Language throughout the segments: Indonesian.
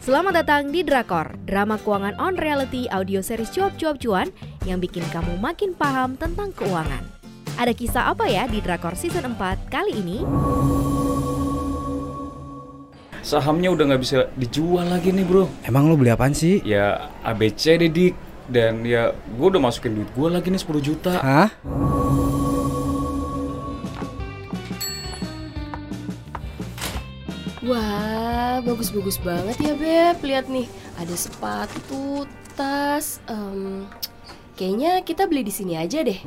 Selamat datang di Drakor, drama keuangan on reality audio series cuap-cuap cuan yang bikin kamu makin paham tentang keuangan. Ada kisah apa ya di Drakor season 4 kali ini? Sahamnya udah gak bisa dijual lagi nih bro. Emang lo beli apaan sih? Ya ABC deh Dik. Dan ya gue udah masukin duit gue lagi nih 10 juta. Hah? Wah, bagus-bagus banget ya Beb. Lihat nih, ada sepatu, tas. Kayaknya kita beli di sini aja deh.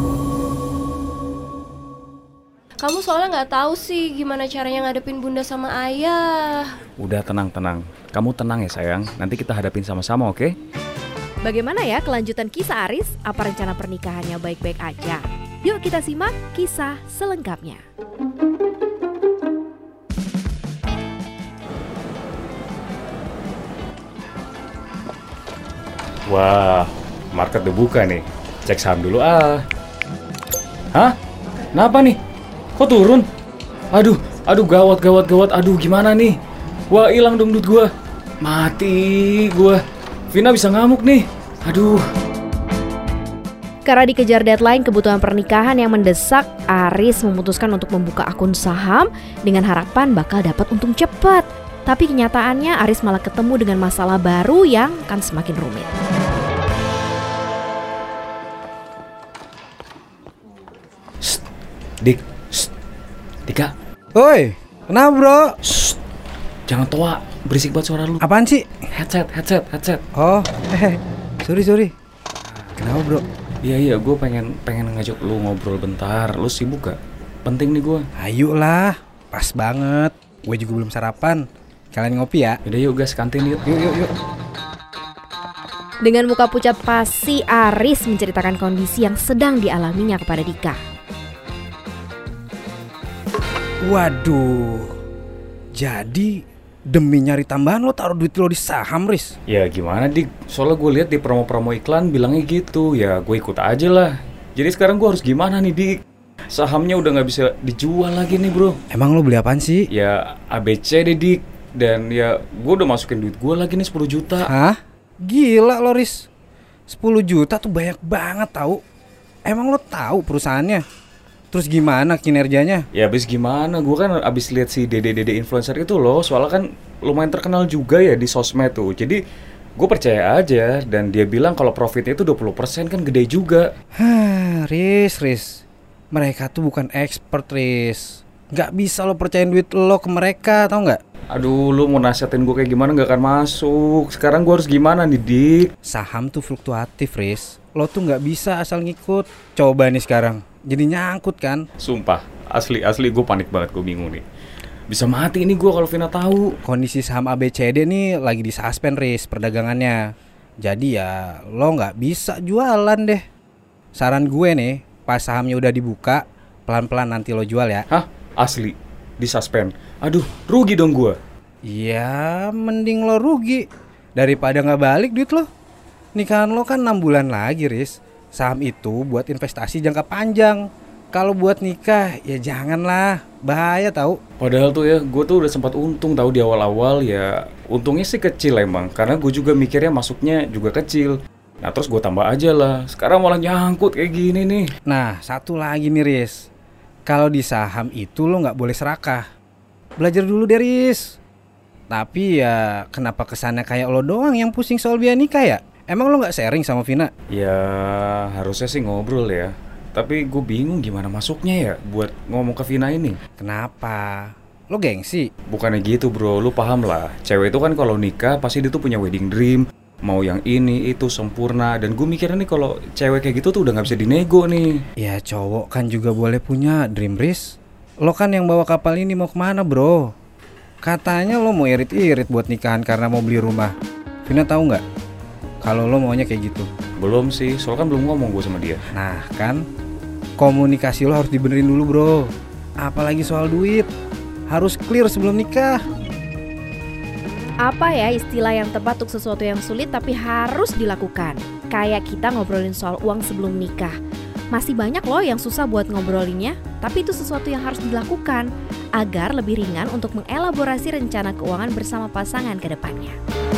Kamu soalnya nggak tahu sih gimana caranya ngadepin bunda sama ayah. Udah tenang. Kamu tenang ya sayang. Nanti kita hadapin sama-sama, oke? Bagaimana ya kelanjutan kisah Aris? Apa rencana pernikahannya baik-baik aja? Yuk kita simak kisah selengkapnya. Wah, market udah buka nih. Cek saham dulu ah. Hah? Kenapa nih? Kok turun? Aduh, gawat. Aduh, gimana nih? Wah, hilang dong duit gua. Mati gua. Vina bisa ngamuk nih. Aduh. Karena dikejar deadline kebutuhan pernikahan yang mendesak, Aris memutuskan untuk membuka akun saham dengan harapan bakal dapat untung cepat. Tapi kenyataannya Aris malah ketemu dengan masalah baru yang akan semakin rumit. Dika. Woi, kenapa bro? Jangan toa, berisik banget suara lu. Apaan sih? Headset. Oh, sorry. Kenapa bro? Iya, gue pengen ngajak lu ngobrol bentar. Lu sibuk gak? Penting nih gue. Ayolah, pas banget. Gue juga belum sarapan. Kalian ngopi ya? Yaudah yuk gas, kantin yuk. Yuk. Dengan muka pucat pasi, Aris menceritakan kondisi yang sedang dialaminya kepada Dika. Waduh, jadi demi nyari tambahan lo taruh duit lo di saham, Riz? Ya gimana Dik, soalnya gue lihat di promo-promo iklan bilangnya gitu. Ya gue ikut aja lah. Jadi sekarang gue harus gimana nih Dik? Sahamnya udah gak bisa dijual lagi nih bro. Emang lo beli apaan sih? Ya ABC deh Dik. Dan ya gue udah masukin duit gue lagi nih 10 juta. Hah? Gila lo Riz, 10 juta tuh banyak banget tahu. Emang lo tahu perusahaannya? Terus gimana kinerjanya? Ya abis gimana, gue kan abis lihat si dede influencer itu loh. Soalnya kan lumayan terkenal juga ya di sosmed tuh. Jadi gue percaya aja. Dan dia bilang kalau profitnya itu 20% kan gede juga. Riz, mereka tuh bukan expert, Riz. Gak bisa lo percayain duit lo ke mereka, tau gak? Aduh, lu mau nasihatin gue kayak gimana gak akan masuk. Sekarang gue harus gimana nih Dik? Saham tuh fluktuatif, Riz. Lo tuh gak bisa asal ngikut. Coba nih sekarang, jadi nyangkut kan? Sumpah, asli gue panik banget, gue bingung nih. Bisa mati ini gue kalau Vina tahu. Kondisi saham ABCD nih lagi disuspend, Riz, perdagangannya. Jadi ya lo gak bisa jualan deh. Saran gue nih, pas sahamnya udah dibuka, pelan-pelan nanti lo jual ya. Hah? Asli? Disuspend? Aduh, rugi dong gue. Ya mending lo rugi daripada gak balik duit lo. Nikahan lo kan 6 bulan lagi, Riz. Saham itu buat investasi jangka panjang. Kalau buat nikah ya janganlah, bahaya tahu. Padahal tuh ya, gue tuh udah sempat untung tahu di awal-awal ya. Untungnya sih kecil emang, karena gue juga mikirnya masuknya juga kecil. Nah terus gue tambah aja lah. Sekarang malah nyangkut kayak gini nih. Nah satu lagi nih Riz, kalau di saham itu lo gak boleh serakah. Belajar dulu deh Riz. Tapi ya kenapa kesannya kayak lo doang yang pusing soal biaya nikah ya? Emang lo gak sharing sama Vina? Ya harusnya sih ngobrol ya. Tapi gue bingung gimana masuknya ya buat ngomong ke Vina ini. Kenapa? Lo gengsi? Bukannya gitu bro, lu paham lah. Cewek itu kan kalau nikah pasti dia tuh punya wedding dream. Mau yang ini, itu sempurna. Dan gue mikirnya nih kalau cewek kayak gitu tuh udah gak bisa dinego nih. Ya cowok kan juga boleh punya dream, Riz. Lo kan yang bawa kapal ini mau kemana bro? Katanya lo mau irit-irit buat nikahan karena mau beli rumah. Vina tahu nggak kalau lo maunya kayak gitu? Belum sih, soalnya kan belum ngomong gue sama dia. Nah kan, komunikasi lo harus dibenerin dulu bro. Apalagi soal duit, harus clear sebelum nikah. Apa ya istilah yang tepat untuk sesuatu yang sulit tapi harus dilakukan? Kayak kita ngobrolin soal uang sebelum nikah. Masih banyak loh yang susah buat ngobrolinnya, tapi itu sesuatu yang harus dilakukan agar lebih ringan untuk mengelaborasi rencana keuangan bersama pasangan ke depannya.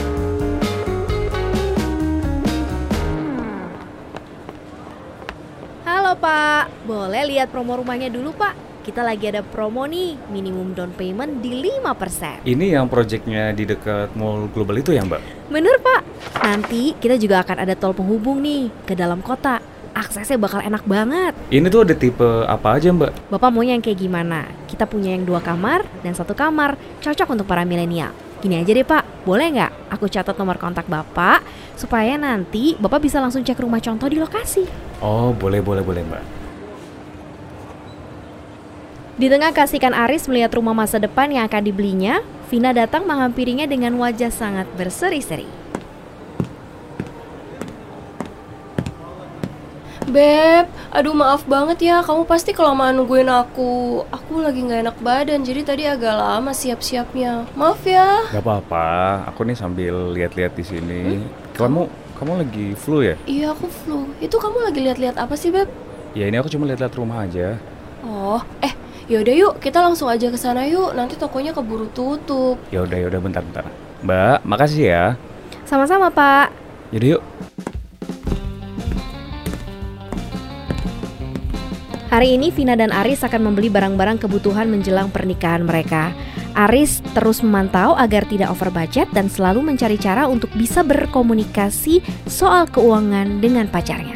Halo Pak, boleh lihat promo rumahnya dulu Pak? Kita lagi ada promo nih, minimum down payment di 5%. Ini yang proyeknya di dekat Mall Global itu ya Mbak? Bener Pak, nanti kita juga akan ada tol penghubung nih ke dalam kota. Aksesnya bakal enak banget. Ini tuh ada tipe apa aja Mbak? Bapak maunya yang kayak gimana? Kita punya yang 2 kamar dan 1 kamar, cocok untuk para milenial. Gini aja deh Pak, boleh nggak aku catat nomor kontak Bapak supaya nanti Bapak bisa langsung cek rumah contoh di lokasi. Oh boleh Mbak. Di tengah kasihkan Aris melihat rumah masa depan yang akan dibelinya, Vina datang menghampirinya dengan wajah sangat berseri-seri. Beb, aduh maaf banget ya, kamu pasti kelamaan nungguin aku. Aku lagi gak enak badan, jadi tadi agak lama siap-siapnya. Maaf ya. Gak apa-apa, aku nih sambil lihat-lihat di sini. Kamu lagi flu ya? Iya, aku flu. Itu kamu lagi lihat-lihat apa sih, Beb? Ya ini aku cuma lihat-lihat rumah aja. Oh, yaudah yuk, kita langsung aja ke sana yuk. Nanti tokonya keburu tutup. Yaudah bentar. Mbak, makasih ya. Sama-sama Pak. Yaudah yuk. Hari ini Vina dan Aris akan membeli barang-barang kebutuhan menjelang pernikahan mereka. Aris terus memantau agar tidak over budget dan selalu mencari cara untuk bisa berkomunikasi soal keuangan dengan pacarnya.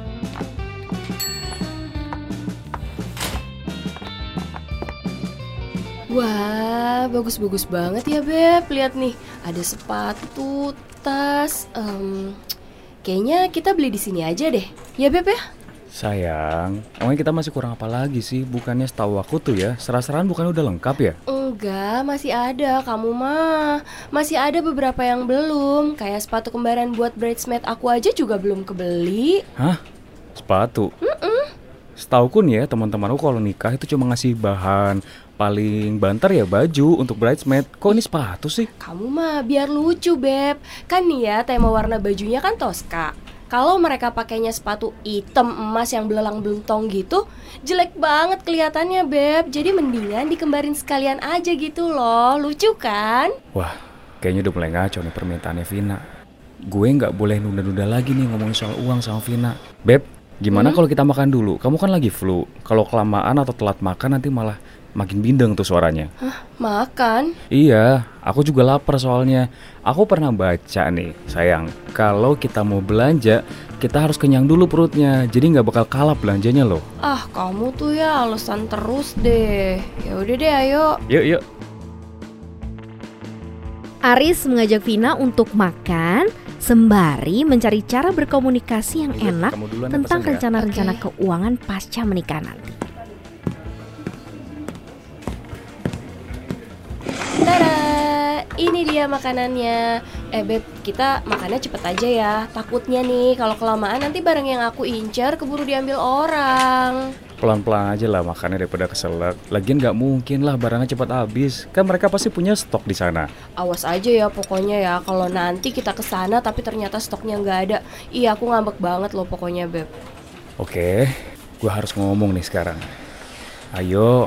Wah, bagus-bagus banget ya, Beb. Lihat nih, ada sepatu, tas. Kayaknya kita beli di sini aja deh. Ya, Beb ya? Sayang, emangnya kita masih kurang apa lagi sih? Bukannya setahu aku tuh ya, serah-serahan bukannya udah lengkap ya? Enggak, masih ada. Kamu mah masih ada beberapa yang belum. Kayak sepatu kembaran buat bridesmaid aku aja juga belum kebeli. Hah? Sepatu? Setauku nih ya, teman-temanku kalau nikah itu cuma ngasih bahan. Paling banter ya baju untuk bridesmaid. Kok ini sepatu sih? Kamu mah biar lucu, Beb. Kan nih ya, tema warna bajunya kan Tosca. Kalau mereka pakainya sepatu hitam emas yang belelang-belentong gitu, jelek banget kelihatannya, Beb. Jadi mendingan dikembarin sekalian aja gitu loh. Lucu kan? Wah, kayaknya udah mulai ngaco nih permintaannya Vina. Gue nggak boleh nunda-nunda lagi nih ngomongin soal uang sama Vina. Beb, gimana kalau kita makan dulu? Kamu kan lagi flu. Kalau kelamaan atau telat makan nanti malah makin bindeng tuh suaranya. Hah, makan? Iya, aku juga lapar soalnya. Aku pernah baca nih, sayang, kalau kita mau belanja, kita harus kenyang dulu perutnya. Jadi nggak bakal kalap belanjanya loh. Ah, kamu tuh ya alasan terus deh. Ya udah deh, ayo. Yuk. Aris mengajak Vina untuk makan sembari mencari cara berkomunikasi yang enak kamu duluan tentang pesan ya? rencana-rencana Oke. keuangan pasca menikah nanti. Tada, ini dia makanannya. Beb, kita makannya cepet aja ya. Takutnya nih kalau kelamaan nanti barang yang aku incar keburu diambil orang. Pelan-pelan aja lah makannya daripada keselak. Lagian nggak mungkin lah barangnya cepat habis. Kan mereka pasti punya stok di sana. Awas aja ya pokoknya ya. Kalau nanti kita kesana tapi ternyata stoknya nggak ada. Iya, aku ngambek banget loh pokoknya, Beb. Oke, gue harus ngomong nih sekarang. Ayo,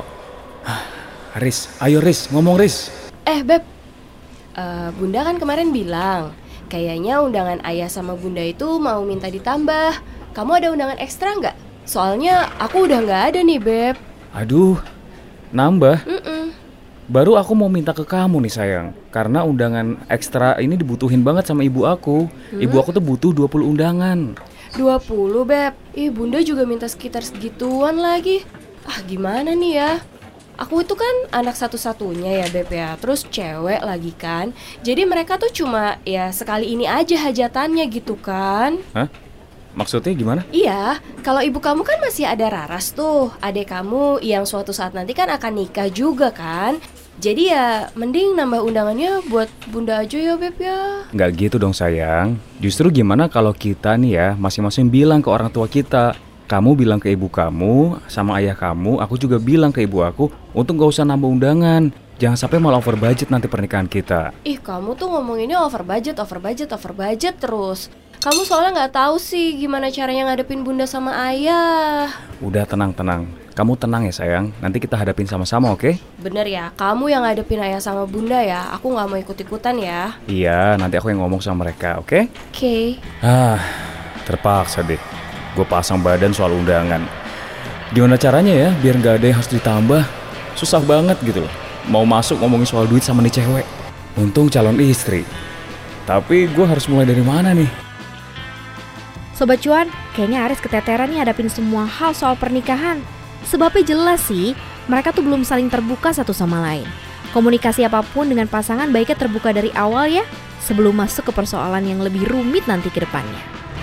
Riz, ngomong Riz. Beb, Bunda kan kemarin bilang kayaknya undangan ayah sama Bunda itu mau minta ditambah. Kamu ada undangan ekstra nggak? Soalnya aku udah nggak ada nih, Beb. Aduh, nambah. Mm-mm. Baru aku mau minta ke kamu nih sayang. Karena undangan ekstra ini dibutuhin banget sama ibu aku. Ibu aku tuh butuh 20 undangan. 20, Beb. Bunda juga minta sekitar segituan lagi. Gimana nih ya? Aku itu kan anak satu-satunya ya, Beb ya. Terus cewek lagi kan. Jadi mereka tuh cuma ya sekali ini aja hajatannya gitu kan. Hah? Maksudnya gimana? Iya, kalau ibu kamu kan masih ada Raras tuh, adik kamu yang suatu saat nanti kan akan nikah juga kan. Jadi ya mending nambah undangannya buat Bunda aja ya, Beb ya. Nggak gitu dong sayang. Justru gimana kalau kita nih ya masing-masing bilang ke orang tua kita. Kamu bilang ke ibu kamu sama ayah kamu, aku juga bilang ke ibu aku untuk nggak usah nambah undangan. Jangan sampai malah over budget nanti pernikahan kita. Kamu tuh ngomonginnya over budget terus. Kamu soalnya nggak tahu sih gimana caranya ngadepin bunda sama ayah. Udah tenang. Kamu tenang ya sayang, nanti kita hadapin sama-sama, oke? Bener ya, kamu yang ngadepin ayah sama bunda ya. Aku nggak mau ikut-ikutan ya. Iya, nanti aku yang ngomong sama mereka, oke? Oke. Terpaksa deh. Gue pasang badan soal undangan. Gimana caranya ya biar nggak ada yang harus ditambah? Susah banget gitu loh. Mau masuk ngomongin soal duit sama nih cewek. Untung calon istri. Tapi gue harus mulai dari mana nih? Sobat Cuan, kayaknya Aris keteteran nih hadapin semua hal soal pernikahan. Sebabnya jelas sih, mereka tuh belum saling terbuka satu sama lain. Komunikasi apapun dengan pasangan baiknya terbuka dari awal ya, sebelum masuk ke persoalan yang lebih rumit nanti ke depannya.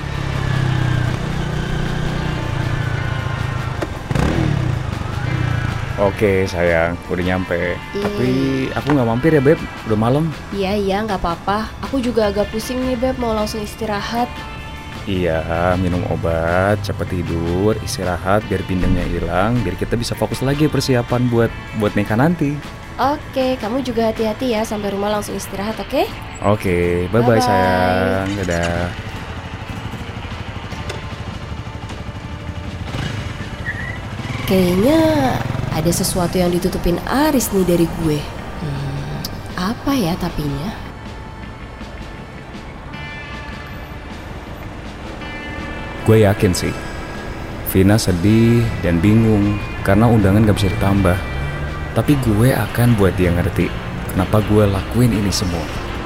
Oke sayang, udah nyampe. Tapi aku nggak mampir ya Beb, udah malam. Iya, nggak apa-apa. Aku juga agak pusing nih Beb, mau langsung istirahat. Iya, minum obat, cepat tidur, istirahat biar pindangnya hilang, biar kita bisa fokus lagi persiapan buat nikah nanti. Oke, kamu juga hati-hati ya, sampai rumah langsung istirahat, oke? Oke, bye-bye sayang, dadah. Kayaknya ada sesuatu yang ditutupin Aris nih dari gue. Apa ya tapinya? Gue yakin sih, Vina sedih dan bingung karena undangan gak bisa ditambah. Tapi gue akan buat dia ngerti kenapa gue lakuin ini semua.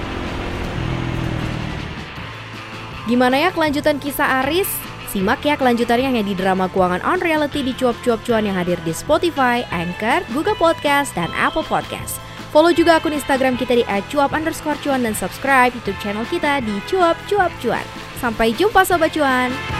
Gimana ya kelanjutan kisah Aris? Simak ya kelanjutannya hanya di drama keuangan on reality di Cuap-Cuap Cuan yang hadir di Spotify, Anchor, Google Podcast, dan Apple Podcast. Follow juga akun Instagram kita di @cuap_cuan dan subscribe YouTube channel kita di Cuap-Cuap Cuan. Sampai jumpa Sobat Cuan.